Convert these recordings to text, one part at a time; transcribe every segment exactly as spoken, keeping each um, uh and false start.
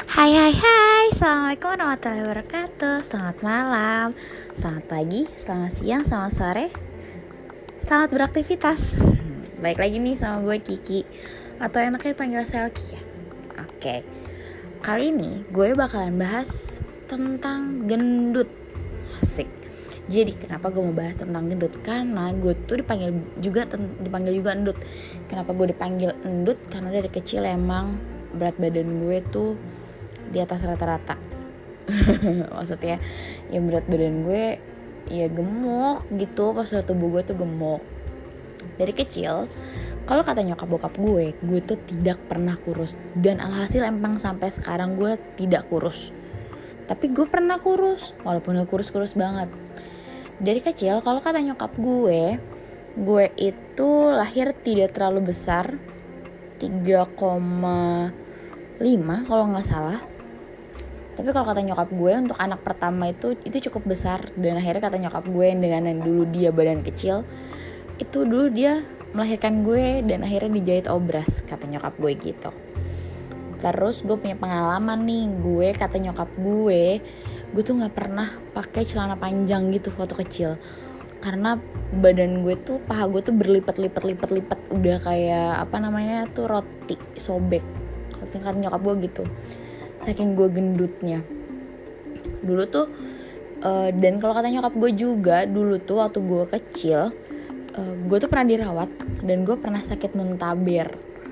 Hai hai hai, Assalamualaikum warahmatullahi wabarakatuh. Selamat malam, selamat pagi, selamat siang, selamat sore, selamat beraktivitas. Baik lagi nih sama gue Kiki, atau enaknya dipanggil Selki ya. Oke, kali ini gue bakalan bahas tentang gendut. Asik. Jadi kenapa gue mau bahas tentang gendut? Karena gue tuh dipanggil juga dipanggil juga endut. Kenapa gue dipanggil endut? Karena dari kecil emang berat badan gue tuh di atas rata-rata. Maksudnya ya berat badan gue ya gemuk gitu, postur tubuh gue tuh gemuk. Dari kecil, kalau kata nyokap bokap gue, gue tuh tidak pernah kurus. Dan alhasil emang sampai sekarang gue tidak kurus. Tapi gue pernah kurus, walaupun gak kurus-kurus banget. Dari kecil, kalau kata nyokap gue, gue itu lahir tidak terlalu besar, tiga koma lima kalau gak salah. Tapi kalau kata nyokap gue, untuk anak pertama itu itu cukup besar. Dan akhirnya kata nyokap gue, dengan yang dulu dia badan kecil, itu dulu dia melahirkan gue dan akhirnya dijahit obras, kata nyokap gue gitu. Terus gue punya pengalaman nih, gue kata nyokap gue, gue tuh nggak pernah pakai celana panjang gitu waktu kecil, karena badan gue tuh, paha gue tuh berlipat-lipat-lipat-lipat, udah kayak apa namanya tuh roti sobek, kata nyokap gue gitu, saking gue gendutnya dulu tuh. Uh, dan kalau kata nyokap gue juga, dulu tuh waktu gue kecil, uh, gue tuh pernah dirawat dan gue pernah sakit muntaber.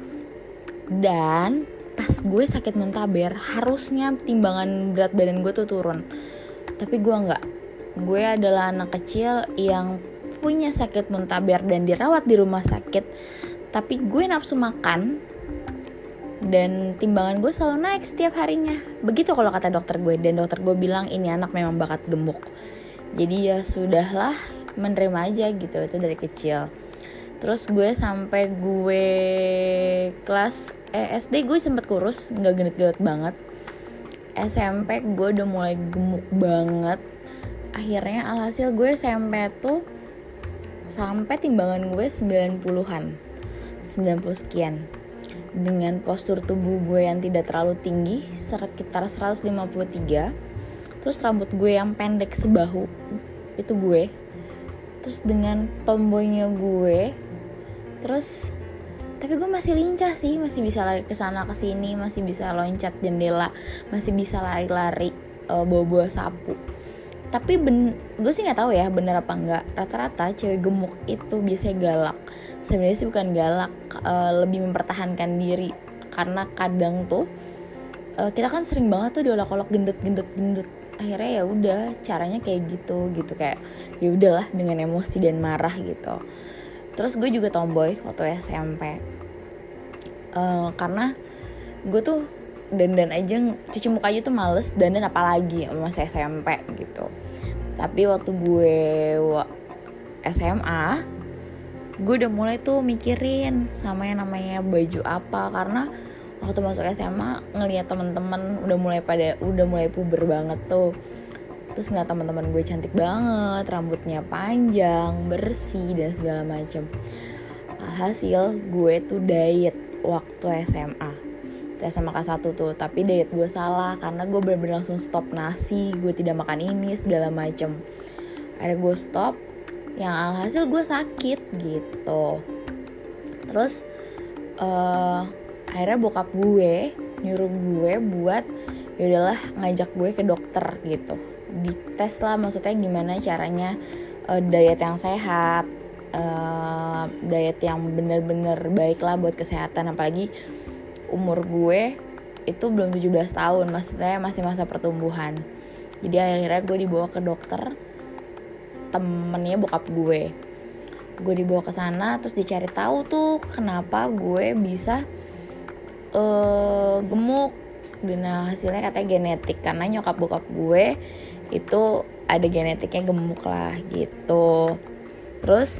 Dan pas gue sakit muntaber, harusnya timbangan berat badan gue tuh turun, tapi gue nggak. Gue adalah anak kecil yang punya sakit muntaber dan dirawat di rumah sakit, tapi gue nafsu makan dan timbangan gue selalu naik setiap harinya. Begitu kalau kata dokter gue, dan dokter gue bilang ini anak memang bakat gemuk. Jadi ya sudahlah, menerima aja gitu, itu dari kecil. Terus gue sampai gue kelas eh, S D gue sempet kurus, nggak gendut-gendut banget. S M P gue udah mulai gemuk banget. Akhirnya alhasil gue S M P tuh sampai timbangan gue sembilan puluhan, sembilan puluh sekian. Dengan postur tubuh gue yang tidak terlalu tinggi, sekitar seratus lima puluh tiga. Terus rambut gue yang pendek sebahu, itu gue. Terus dengan tomboynya gue, terus tapi gue masih lincah sih, masih bisa lari ke sana ke sini, masih bisa loncat jendela, masih bisa lari-lari uh, bawa-bawa sapu. Tapi ben, gue sih nggak tahu ya bener apa enggak, rata-rata cewek gemuk itu biasanya galak. Sebenarnya sih bukan galak, uh, lebih mempertahankan diri, karena kadang tuh uh, kita kan sering banget tuh diolok-olok gendut-gendut-gendut. Akhirnya ya udah caranya kayak gitu gitu, kayak ya udahlah dengan emosi dan marah gitu. Terus gue juga tomboy waktu S M P, uh, karena gue tuh dandan aja, cuci muka aja tuh males, dandan apalagi masih S M P gitu. Tapi waktu gue S M A, gue udah mulai tuh mikirin sama yang namanya baju apa, karena waktu masuk S M A ngelihat teman-teman udah mulai pada udah mulai puber banget tuh. Terus ngeliat teman-teman gue cantik banget, rambutnya panjang, bersih dan segala macam. Hasil gue tuh diet waktu S M A. S M A kelas satu tuh, tapi diet gue salah karena gue bener-bener langsung stop nasi, gue tidak makan ini segala macam. Akhirnya gue stop, yang alhasil gue sakit gitu. Terus uh, akhirnya bokap gue nyuruh gue buat ya udahlah ngajak gue ke dokter gitu, dites lah, maksudnya gimana caranya uh, diet yang sehat, uh, diet yang bener-bener baik lah buat kesehatan. Apalagi umur gue itu belum tujuh belas tahun, maksudnya masih masa pertumbuhan. Jadi akhirnya gue dibawa ke dokter, temennya bokap gue. Gue dibawa ke sana, terus dicari tahu tuh kenapa gue bisa uh, gemuk. Dan hasilnya katanya genetik, karena nyokap bokap gue itu ada genetiknya gemuk lah gitu. Terus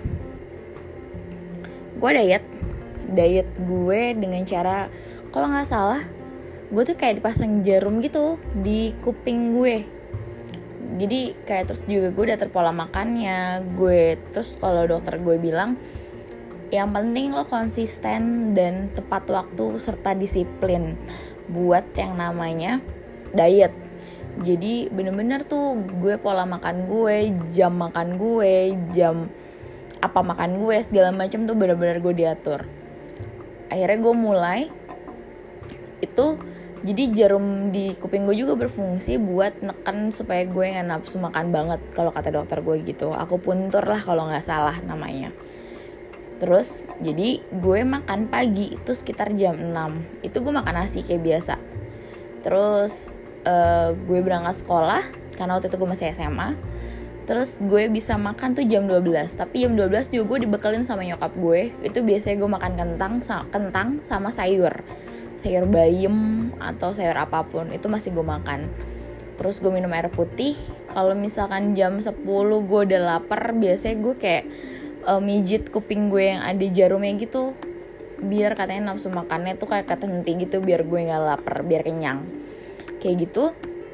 gue diet, diet gue dengan cara, kalau nggak salah gue tuh kayak dipasang jarum gitu di kuping gue. Jadi kayak terus juga gue udah terpola makannya gue. Terus kalau dokter gue bilang yang penting lo konsisten dan tepat waktu serta disiplin. buat yang namanya diet. Jadi bener-bener tuh gue pola makan gue, jam makan gue, jam apa makan gue, segala macam tuh bener-bener gue diatur. Akhirnya gue mulai itu, jadi jarum di kuping gue juga berfungsi buat neken supaya gue gak nafsu makan banget, kalau kata dokter gue gitu. Aku puntur lah kalau gak salah namanya. Terus jadi gue makan pagi itu sekitar jam enam, itu gue makan nasi kayak biasa. Terus uh, gue berangkat sekolah, karena waktu itu gue masih S M A. Terus gue bisa makan tuh jam dua belas, tapi jam dua belas juga gue dibekelin sama nyokap gue. Itu biasanya gue makan kentang, kentang sama sayur sayur bayam atau sayur apapun, itu masih gue makan. Terus gue minum air putih. Kalau misalkan jam sepuluh gue udah lapar, biasanya gue kayak uh, mijit kuping gue yang ada jarumnya gitu, biar katanya nafsu makannya tuh kayak kehenti gitu, biar gue gak lapar, biar kenyang kayak gitu.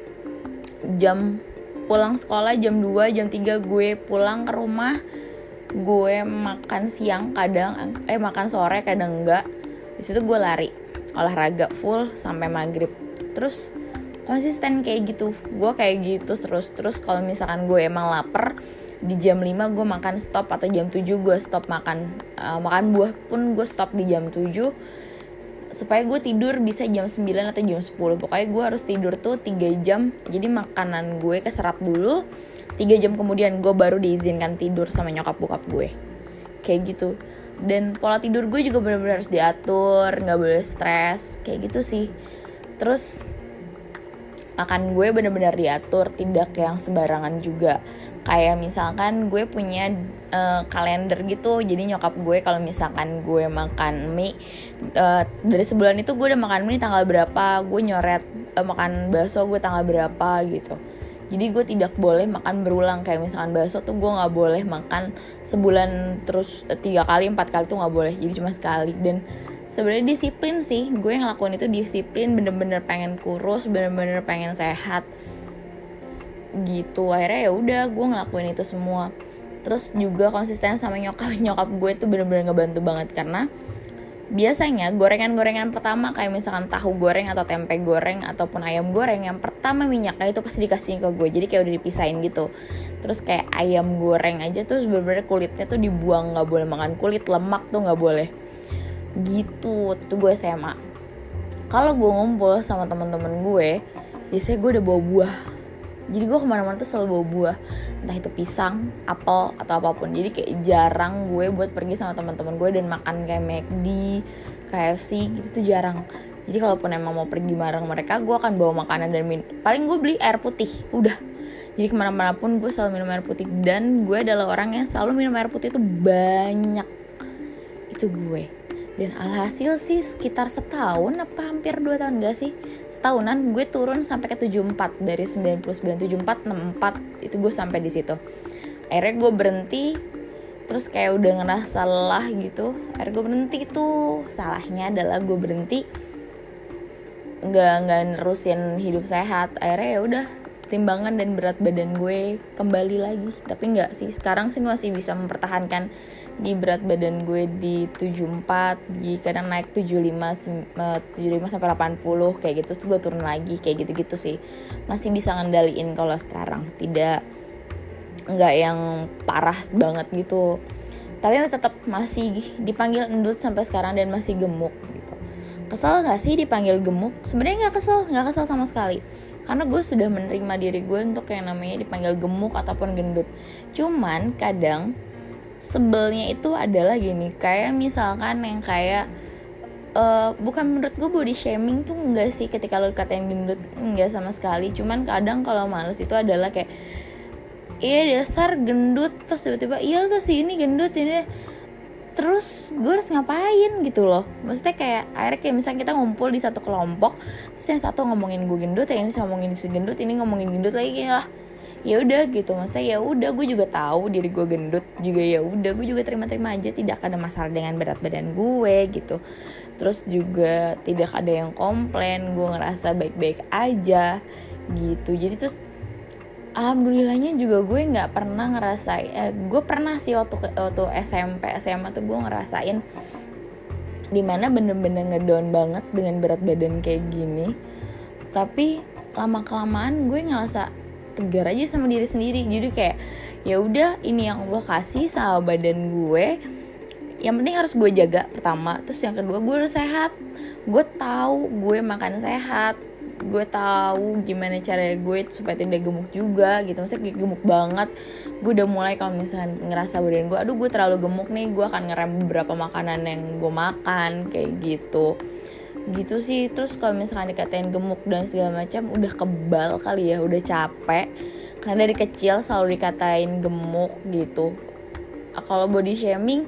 Jam pulang sekolah jam dua, jam tiga gue pulang ke rumah. Gue makan siang kadang, eh makan sore kadang enggak. Di situ gue lari, olahraga full sampai maghrib. Terus konsisten kayak gitu, gue kayak gitu terus. Terus kalau misalkan gue emang lapar, di jam lima gue makan stop, atau jam tujuh gue stop makan. uh, Makan buah pun gue stop di jam tujuh, supaya gue tidur bisa jam sembilan atau jam sepuluh. Pokoknya gue harus tidur tuh tiga jam. Jadi makanan gue keserap dulu, tiga jam kemudian gue baru diizinkan tidur sama nyokap bokap gue. Kayak gitu. Dan pola tidur gue juga benar-benar harus diatur, gak boleh stres, kayak gitu sih. Terus makan gue benar-benar diatur, tidak yang sembarangan juga. Kayak misalkan gue punya uh, kalender gitu. Jadi nyokap gue kalau misalkan gue makan mie, uh, dari sebulan itu gue udah makan mie tanggal berapa, gue nyoret uh, makan bakso gue tanggal berapa gitu. Jadi gue tidak boleh makan berulang. Kayak misalkan bakso tuh gue gak boleh makan sebulan terus tiga kali, empat kali tuh gak boleh. Jadi cuma sekali. Dan sebenarnya disiplin sih, gue ngelakuin itu disiplin, bener-bener pengen kurus, bener-bener pengen sehat gitu. Akhirnya ya udah gue ngelakuin itu semua. Terus juga konsisten sama nyokap nyokap gue tuh bener-bener ngebantu banget, karena biasanya gorengan-gorengan pertama kayak misalkan tahu goreng atau tempe goreng ataupun ayam goreng, yang pertama minyaknya itu pasti dikasih ke gue. Jadi kayak udah dipisahin gitu. Terus kayak ayam goreng aja tuh bener-bener kulitnya tuh dibuang, nggak boleh makan kulit, lemak tuh nggak boleh gitu. Tuh gue S M A. Kalau gue ngumpul sama teman-teman gue, biasanya gue udah bawa buah. Jadi gue kemana-mana tuh selalu bawa buah, entah itu pisang, apel, atau apapun. Jadi kayak jarang gue buat pergi sama teman-teman gue dan makan kayak McD, K F C gitu tuh jarang. Jadi kalaupun emang mau pergi bareng mereka, gue akan bawa makanan dan min- paling gue beli air putih, udah. Jadi kemana-mana pun gue selalu minum air putih. Dan gue adalah orang yang selalu minum air putih itu banyak. Itu gue. Dan alhasil sih sekitar setahun apa hampir dua tahun gak sih, setahunan gue turun sampai ke tujuh puluh empat. Dari sembilan puluh sembilan, tujuh puluh empat, enam puluh empat, itu gue sampai di situ. Akhirnya gue berhenti. Terus kayak udah ngerasa lelah gitu, akhirnya gue berhenti. Tuh salahnya adalah gue berhenti nggak nggak nerusin hidup sehat. Akhirnya ya udah, timbangan dan berat badan gue kembali lagi. Tapi nggak sih, sekarang sih gue masih bisa mempertahankan di berat badan gue di tujuh puluh empat, di kadang naik tujuh puluh lima, tujuh puluh lima sampai delapan puluh kayak gitu. Terus gue turun lagi kayak gitu-gitu sih. Masih bisa ngendaliin kalau sekarang, tidak nggak yang parah banget gitu. Tapi tetap masih dipanggil endut sampai sekarang dan masih gemuk gitu. Kesel nggak sih dipanggil gemuk? Sebenarnya nggak kesel, nggak kesel sama sekali. Karena gue sudah menerima diri gue untuk yang namanya dipanggil gemuk ataupun gendut. Cuman kadang sebelnya itu adalah gini, kayak misalkan yang kayak uh, bukan, menurut gue body shaming tuh enggak sih ketika lo dikatain gendut, enggak sama sekali. Cuman kadang kalau males itu adalah kayak, iya dasar gendut, terus tiba-tiba iya tuh si ini gendut ini, terus gue harus ngapain gitu loh. Maksudnya kayak akhirnya kayak misalnya kita ngumpul di satu kelompok, terus yang satu ngomongin gue gendut, yang ini ngomongin si gendut, ini ngomongin gendut lagi lah. Ya udah gitu, maksudnya ya udah, gue juga tahu diri gue gendut juga, ya udah gue juga terima-terima aja, tidak ada masalah dengan berat badan gue gitu. Terus juga tidak ada yang komplain, gue ngerasa baik-baik aja gitu. Jadi terus alhamdulillahnya juga gue nggak pernah ngerasain, eh, gue pernah sih waktu waktu S M P S M A tuh gue ngerasain dimana bener-bener ngedown banget dengan berat badan kayak gini. Tapi lama kelamaan gue ngerasa tegar aja sama diri sendiri. Jadi kayak ya udah, ini yang Allah kasih sama badan gue, yang penting harus gue jaga pertama. Terus yang kedua, gue harus sehat. Gue tahu gue makan sehat, gue tahu gimana cara gue supaya tidak gemuk juga gitu. Maksudnya kayak gemuk banget, gue udah mulai kalau misalkan ngerasa badan gue aduh gue terlalu gemuk nih, gue akan ngerem beberapa makanan yang gue makan kayak gitu gitu sih. Terus kalau misalkan dikatain gemuk dan segala macam, udah kebal kali ya, udah capek karena dari kecil selalu dikatain gemuk gitu. Kalau body shaming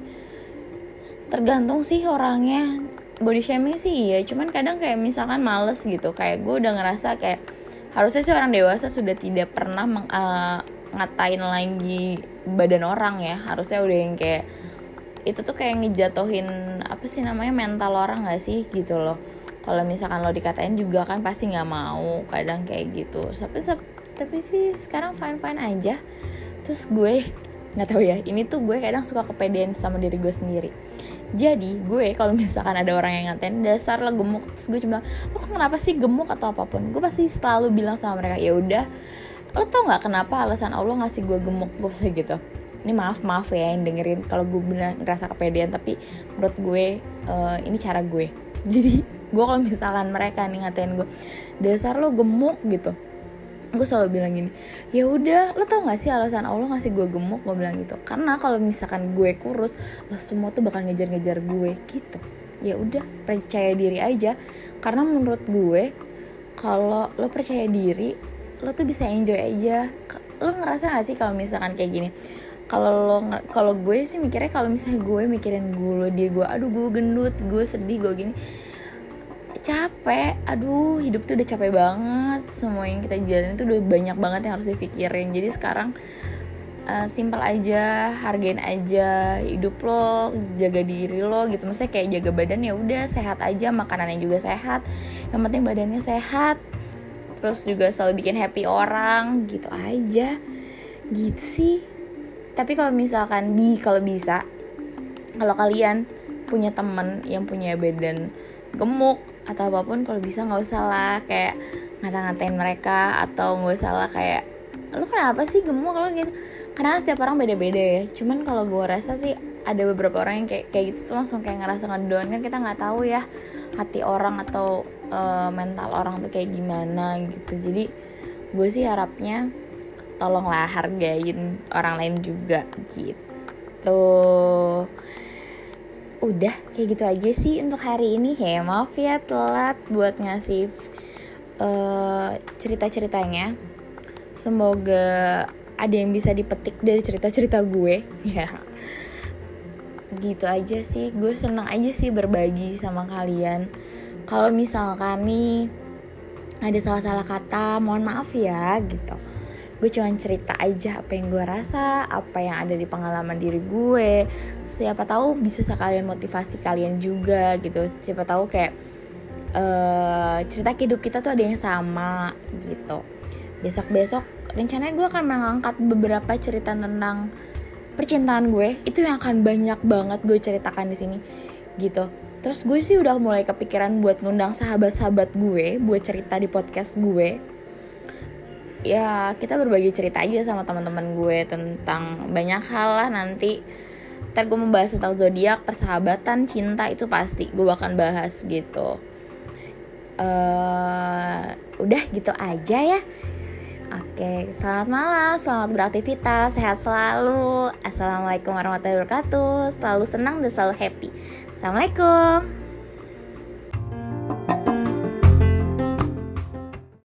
tergantung sih orangnya. Body shaming sih iya, cuman kadang kayak misalkan males gitu. Kayak gue udah ngerasa kayak harusnya sih orang dewasa sudah tidak pernah meng, uh, ngatain lagi badan orang ya. Harusnya udah yang kayak itu tuh kayak ngejatuhin apa sih namanya, mental orang nggak sih gitu loh. Kalau misalkan lo dikatain juga kan pasti nggak mau, kadang kayak gitu. Tapi tapi sih sekarang fine fine aja. Terus gue nggak tahu ya, ini tuh gue kadang suka kepedean sama diri gue sendiri. Jadi gue kalau misalkan ada orang yang ngatain dasar lo gemuk, terus gue cuma lo kenapa sih gemuk atau apapun, gue pasti selalu bilang sama mereka, ya udah, lo tau nggak kenapa alasan Allah ngasih gue gemuk, gue pasti gitu. Ini maaf maaf ya yang dengerin kalau gue bener ngerasa kepedean, tapi menurut gue uh, ini cara gue. Jadi gue kalau misalkan mereka nih ngatain gue dasar lo gemuk gitu, gue selalu bilang gini, ya udah, lo tau gak sih alasan Allah ngasih gue gemuk, gue bilang gitu, karena kalau misalkan gue kurus, lo semua tuh bakal ngejar-ngejar gue gitu. Ya udah, percaya diri aja, karena menurut gue kalau lo percaya diri, lo tuh bisa enjoy aja. Lo ngerasa gak sih kalau misalkan kayak gini, kalau lo kalau gue sih mikirnya kalau misalnya gue mikirin gue dia gue, aduh gue gendut, gue sedih, gue gini, capek, aduh hidup tuh udah capek banget, semua yang kita jalanin tuh udah banyak banget yang harus dipikirin. Jadi sekarang uh, simpel aja, hargain aja hidup lo, jaga diri lo gitu. Maksudnya kayak jaga badan, ya udah sehat aja, makanannya juga sehat, yang penting badannya sehat. Terus juga selalu bikin happy orang gitu aja, gitu sih. Tapi kalau misalkan bi kalau bisa, kalau kalian punya teman yang punya badan gemuk atau apapun, kalau bisa nggak usah lah kayak ngata-ngatain mereka, atau nggak usah lah kayak lo kenapa sih gemuk kalau gitu, karena setiap orang beda-beda ya. Cuman kalau gue rasa sih ada beberapa orang yang kayak kayak gitu tuh langsung kayak ngerasa ngedown, kan kita nggak tahu ya hati orang atau uh, mental orang tuh kayak gimana gitu. Jadi gue sih harapnya tolonglah hargain orang lain juga gitu. Udah kayak gitu aja sih untuk hari ini ya. Maaf ya telat buat ngasih uh, cerita-ceritanya. Semoga ada yang bisa dipetik dari cerita-cerita gue ya. Gitu aja sih. Gue senang aja sih berbagi sama kalian. Kalau misalkan nih ada salah-salah kata, mohon maaf ya gitu. Gue cuma cerita aja apa yang gue rasa, apa yang ada di pengalaman diri gue. Siapa tahu bisa sekalian motivasi kalian juga gitu. Siapa tahu kayak uh, cerita hidup kita tuh ada yang sama gitu. Besok-besok rencananya gue akan mengangkat beberapa cerita tentang percintaan gue. Itu yang akan banyak banget gue ceritakan di sini gitu. Terus gue sih udah mulai kepikiran buat ngundang sahabat-sahabat gue buat cerita di podcast gue. Ya kita berbagi cerita aja sama teman-teman gue tentang banyak hal lah nanti. Ntar gue membahas tentang zodiak, persahabatan, cinta, itu pasti gue akan bahas gitu. uh, Udah gitu aja ya. Oke, selamat malam, selamat beraktivitas, sehat selalu. Assalamualaikum warahmatullahi wabarakatuh. Selalu senang dan selalu happy. Assalamualaikum.